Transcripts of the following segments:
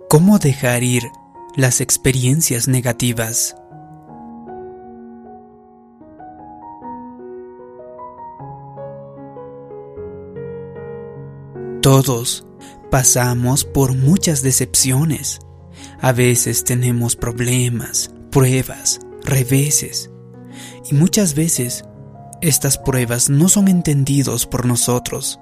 ¿Cómo dejar ir las experiencias negativas? Todos pasamos por muchas decepciones. A veces tenemos problemas, pruebas, reveses. Y muchas veces estas pruebas no son entendidos por nosotros.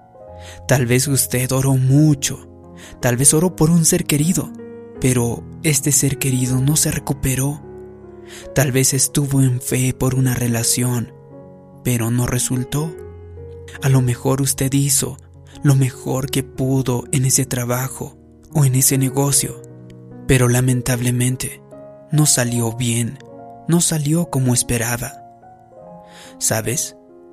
Tal vez usted oró mucho, tal vez oró por un ser querido, pero este ser querido no se recuperó. Tal vez estuvo en fe por una relación, pero no resultó. A lo mejor usted hizo lo mejor que pudo en ese trabajo o en ese negocio, pero lamentablemente no salió bien, no salió como esperaba. ¿Sabes?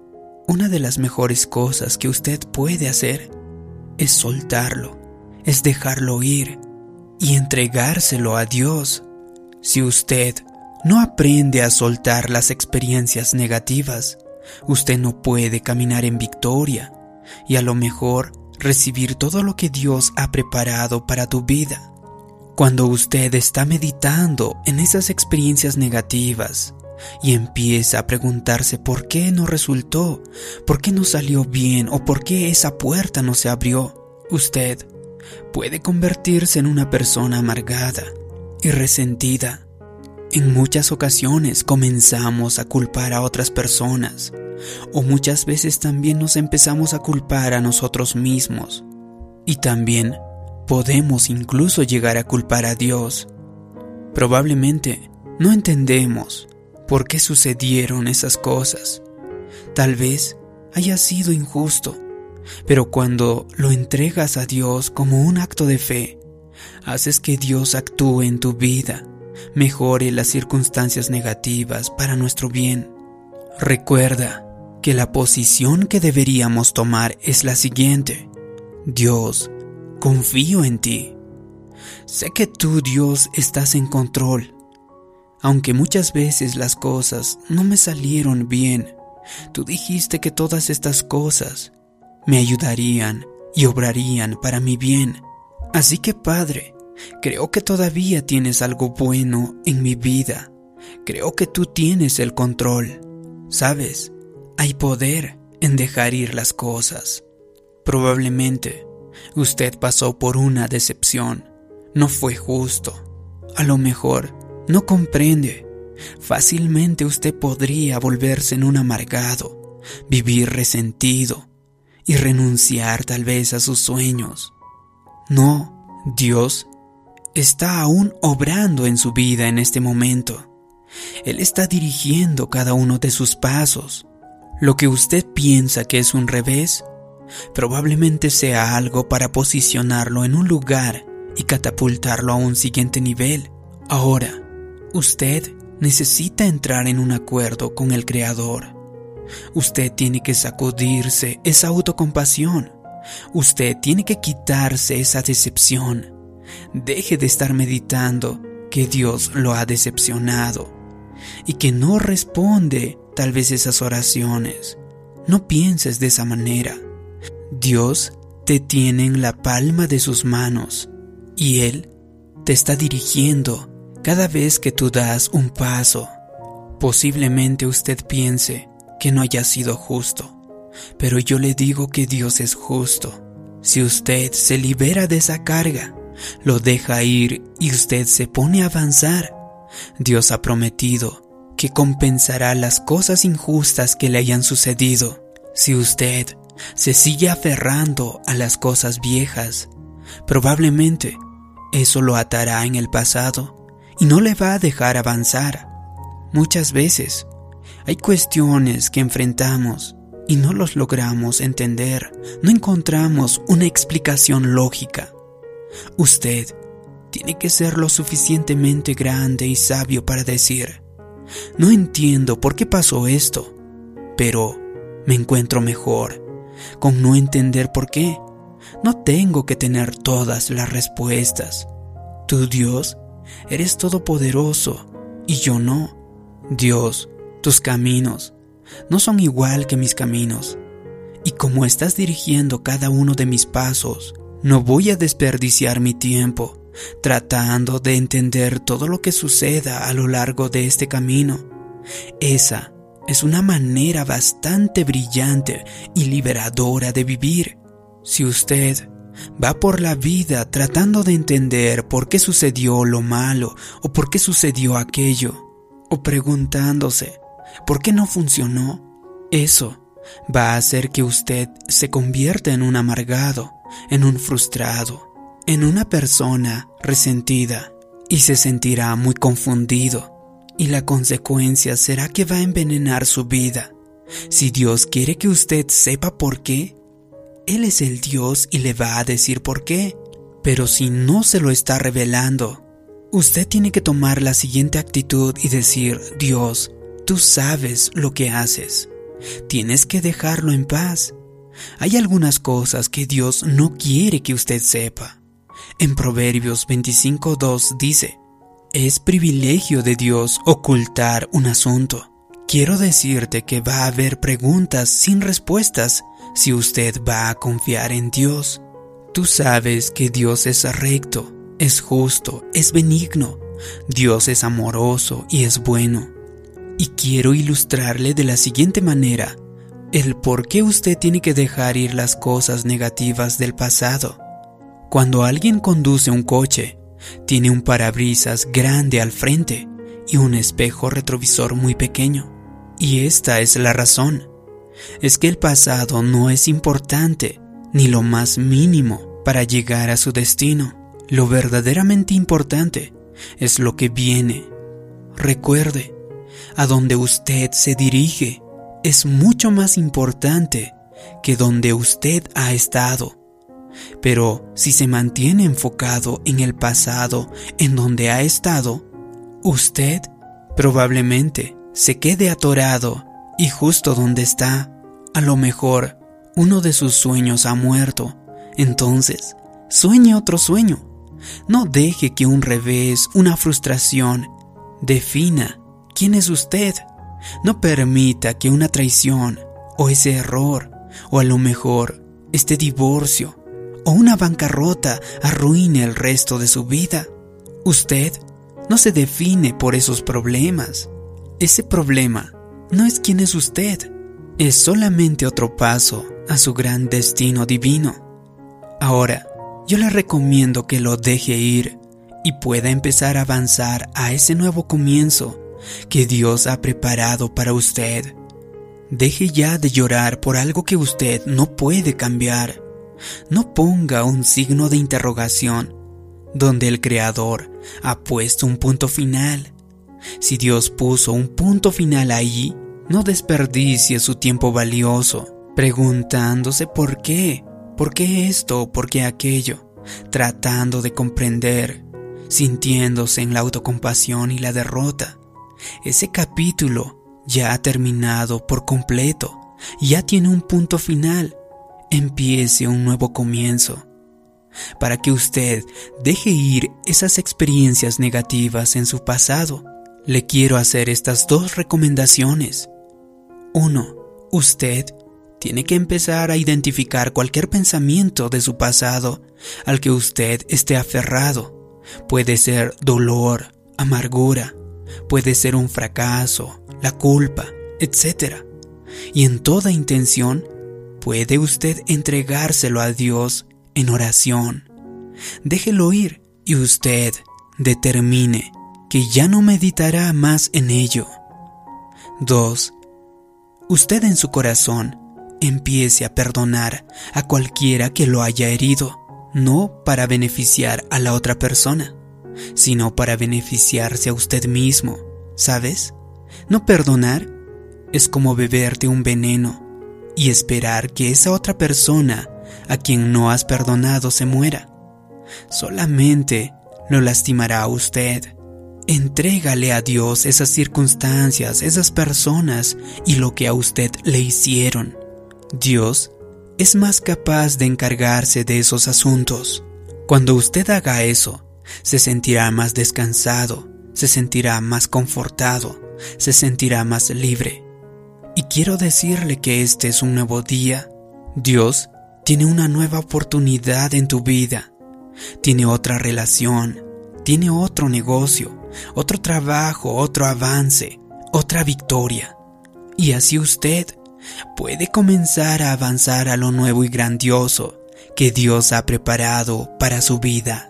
Una de las mejores cosas que usted puede hacer es soltarlo, es dejarlo ir y entregárselo a Dios. Si usted no aprende a soltar las experiencias negativas, usted no puede caminar en victoria y a lo mejor recibir todo lo que Dios ha preparado para tu vida. Cuando usted está meditando en esas experiencias negativas y empieza a preguntarse por qué no resultó, por qué no salió bien o por qué esa puerta no se abrió, usted puede convertirse en una persona amargada y resentida. En muchas ocasiones comenzamos a culpar a otras personas, o muchas veces también nos empezamos a culpar a nosotros mismos. Y también podemos incluso llegar a culpar a Dios. Probablemente no entendemos por qué sucedieron esas cosas. Tal vez haya sido injusto, pero cuando lo entregas a Dios como un acto de fe, haces que Dios actúe en tu vida, mejore las circunstancias negativas para nuestro bien. Recuerda que la posición que deberíamos tomar es la siguiente: Dios, confío en ti. Sé que tú, Dios, estás en control. Aunque muchas veces las cosas no me salieron bien, tú dijiste que todas estas cosas me ayudarían y obrarían para mi bien. Así que, Padre, creo que todavía tienes algo bueno en mi vida. Creo que tú tienes el control. ¿Sabes? Hay poder en dejar ir las cosas. Probablemente usted pasó por una decepción. No fue justo. A lo mejor no comprende. Fácilmente usted podría volverse en un amargado, vivir resentido y renunciar tal vez a sus sueños. No, Dios está aún obrando en su vida en este momento. Él está dirigiendo cada uno de sus pasos. Lo que usted piensa que es un revés, probablemente sea algo para posicionarlo en un lugar y catapultarlo a un siguiente nivel. Ahora, usted necesita entrar en un acuerdo con el Creador. Usted tiene que sacudirse esa autocompasión. Usted tiene que quitarse esa decepción. Deje de estar meditando que Dios lo ha decepcionado y que no responde tal vez esas oraciones. No pienses de esa manera. Dios te tiene en la palma de sus manos y Él te está dirigiendo cada vez que tú das un paso. Posiblemente usted piense que no haya sido justo, pero yo le digo que Dios es justo. Si usted se libera de esa carga, lo deja ir y usted se pone a avanzar, Dios ha prometido que compensará las cosas injustas que le hayan sucedido. Si usted se sigue aferrando a las cosas viejas, probablemente eso lo atará en el pasado y no le va a dejar avanzar. Muchas veces hay cuestiones que enfrentamos y no los logramos entender, no encontramos una explicación lógica. Usted tiene que ser lo suficientemente grande y sabio para decir: no entiendo por qué pasó esto, pero me encuentro mejor con no entender por qué. No tengo que tener todas las respuestas. Tú, Dios, eres todopoderoso y yo no. Dios, tus caminos no son igual que mis caminos. Y como estás dirigiendo cada uno de mis pasos, no voy a desperdiciar mi tiempo, tratando de entender todo lo que suceda a lo largo de este camino. Esa es una manera bastante brillante y liberadora de vivir. Si usted va por la vida tratando de entender por qué sucedió lo malo o por qué sucedió aquello, o preguntándose por qué no funcionó, eso va a hacer que usted se convierta en un amargado, en un frustrado, en una persona resentida, y se sentirá muy confundido, y la consecuencia será que va a envenenar su vida. Si Dios quiere que usted sepa por qué, Él es el Dios y le va a decir por qué. Pero si no se lo está revelando, usted tiene que tomar la siguiente actitud y decir: Dios, tú sabes lo que haces. Tienes que dejarlo en paz. Hay algunas cosas que Dios no quiere que usted sepa. En Proverbios 25:2 dice: es privilegio de Dios ocultar un asunto. Quiero decirte que va a haber preguntas sin respuestas si usted va a confiar en Dios. Tú sabes que Dios es recto, es justo, es benigno. Dios es amoroso y es bueno. Y quiero ilustrarle de la siguiente manera el por qué usted tiene que dejar ir las cosas negativas del pasado. Cuando alguien conduce un coche, tiene un parabrisas grande al frente y un espejo retrovisor muy pequeño. Y esta es la razón. Es que el pasado no es importante, ni lo más mínimo, para llegar a su destino. Lo verdaderamente importante es lo que viene. Recuerde, a donde usted se dirige es mucho más importante que donde usted ha estado. Pero si se mantiene enfocado en el pasado, en donde ha estado, usted probablemente se quede atorado y justo donde está. A lo mejor uno de sus sueños ha muerto. Entonces, sueñe otro sueño. No deje que un revés, una frustración, defina quién es usted. No permita que una traición, o ese error, o a lo mejor este divorcio, o una bancarrota arruine el resto de su vida. Usted no se define por esos problemas. Ese problema no es quién es usted. Es solamente otro paso a su gran destino divino. Ahora, yo le recomiendo que lo deje ir y pueda empezar a avanzar a ese nuevo comienzo que Dios ha preparado para usted. Deje ya de llorar por algo que usted no puede cambiar. No ponga un signo de interrogación donde el Creador ha puesto un punto final. Si Dios puso un punto final ahí, no desperdicie su tiempo valioso preguntándose por qué esto, por qué aquello, tratando de comprender, sintiéndose en la autocompasión y la derrota. Ese capítulo ya ha terminado por completo, ya tiene un punto final. Empiece un nuevo comienzo. Para que usted deje ir esas experiencias negativas en su pasado, le quiero hacer estas dos recomendaciones. 1. Usted tiene que empezar a identificar cualquier pensamiento de su pasado al que usted esté aferrado. Puede ser dolor, amargura, puede ser un fracaso, la culpa, etc. Y en toda intención, puede usted entregárselo a Dios en oración. Déjelo ir y usted determine que ya no meditará más en ello. 2. Usted en su corazón empiece a perdonar a cualquiera que lo haya herido, no para beneficiar a la otra persona, sino para beneficiarse a usted mismo, ¿sabes? No perdonar es como beberte un veneno y esperar que esa otra persona a quien no has perdonado se muera. Solamente lo lastimará a usted. Entrégale a Dios esas circunstancias, esas personas y lo que a usted le hicieron. Dios es más capaz de encargarse de esos asuntos. Cuando usted haga eso, se sentirá más descansado, se sentirá más confortado, se sentirá más libre. Y quiero decirle que este es un nuevo día. Dios tiene una nueva oportunidad en tu vida. tiene otra relación, tiene otro negocio, otro trabajo, otro avance, otra victoria. Y así usted puede comenzar a avanzar a lo nuevo y grandioso que Dios ha preparado para su vida.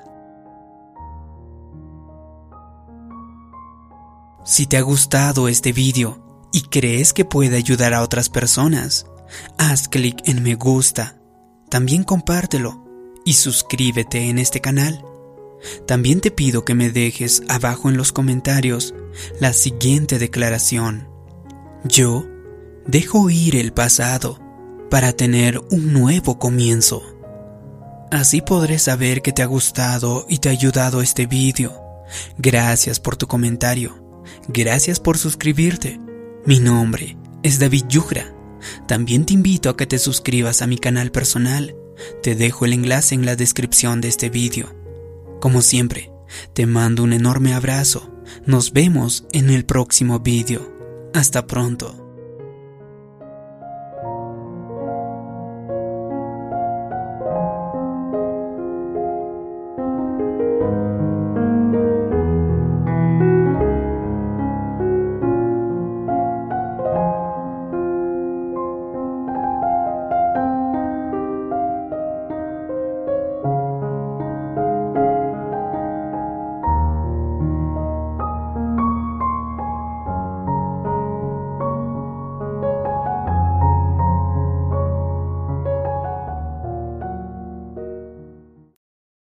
Si te ha gustado este vídeo y crees que puede ayudar a otras personas, haz clic en me gusta, también compártelo y suscríbete en este canal. También te pido que me dejes abajo en los comentarios la siguiente declaración: yo dejo ir el pasado para tener un nuevo comienzo. Así podré saber que te ha gustado y te ha ayudado este vídeo. Gracias por tu comentario. Gracias por suscribirte. Mi nombre es David Yujra. También te invito a que te suscribas a mi canal personal. Te dejo el enlace en la descripción de este vídeo. Como siempre, te mando un enorme abrazo. Nos vemos en el próximo vídeo. Hasta pronto.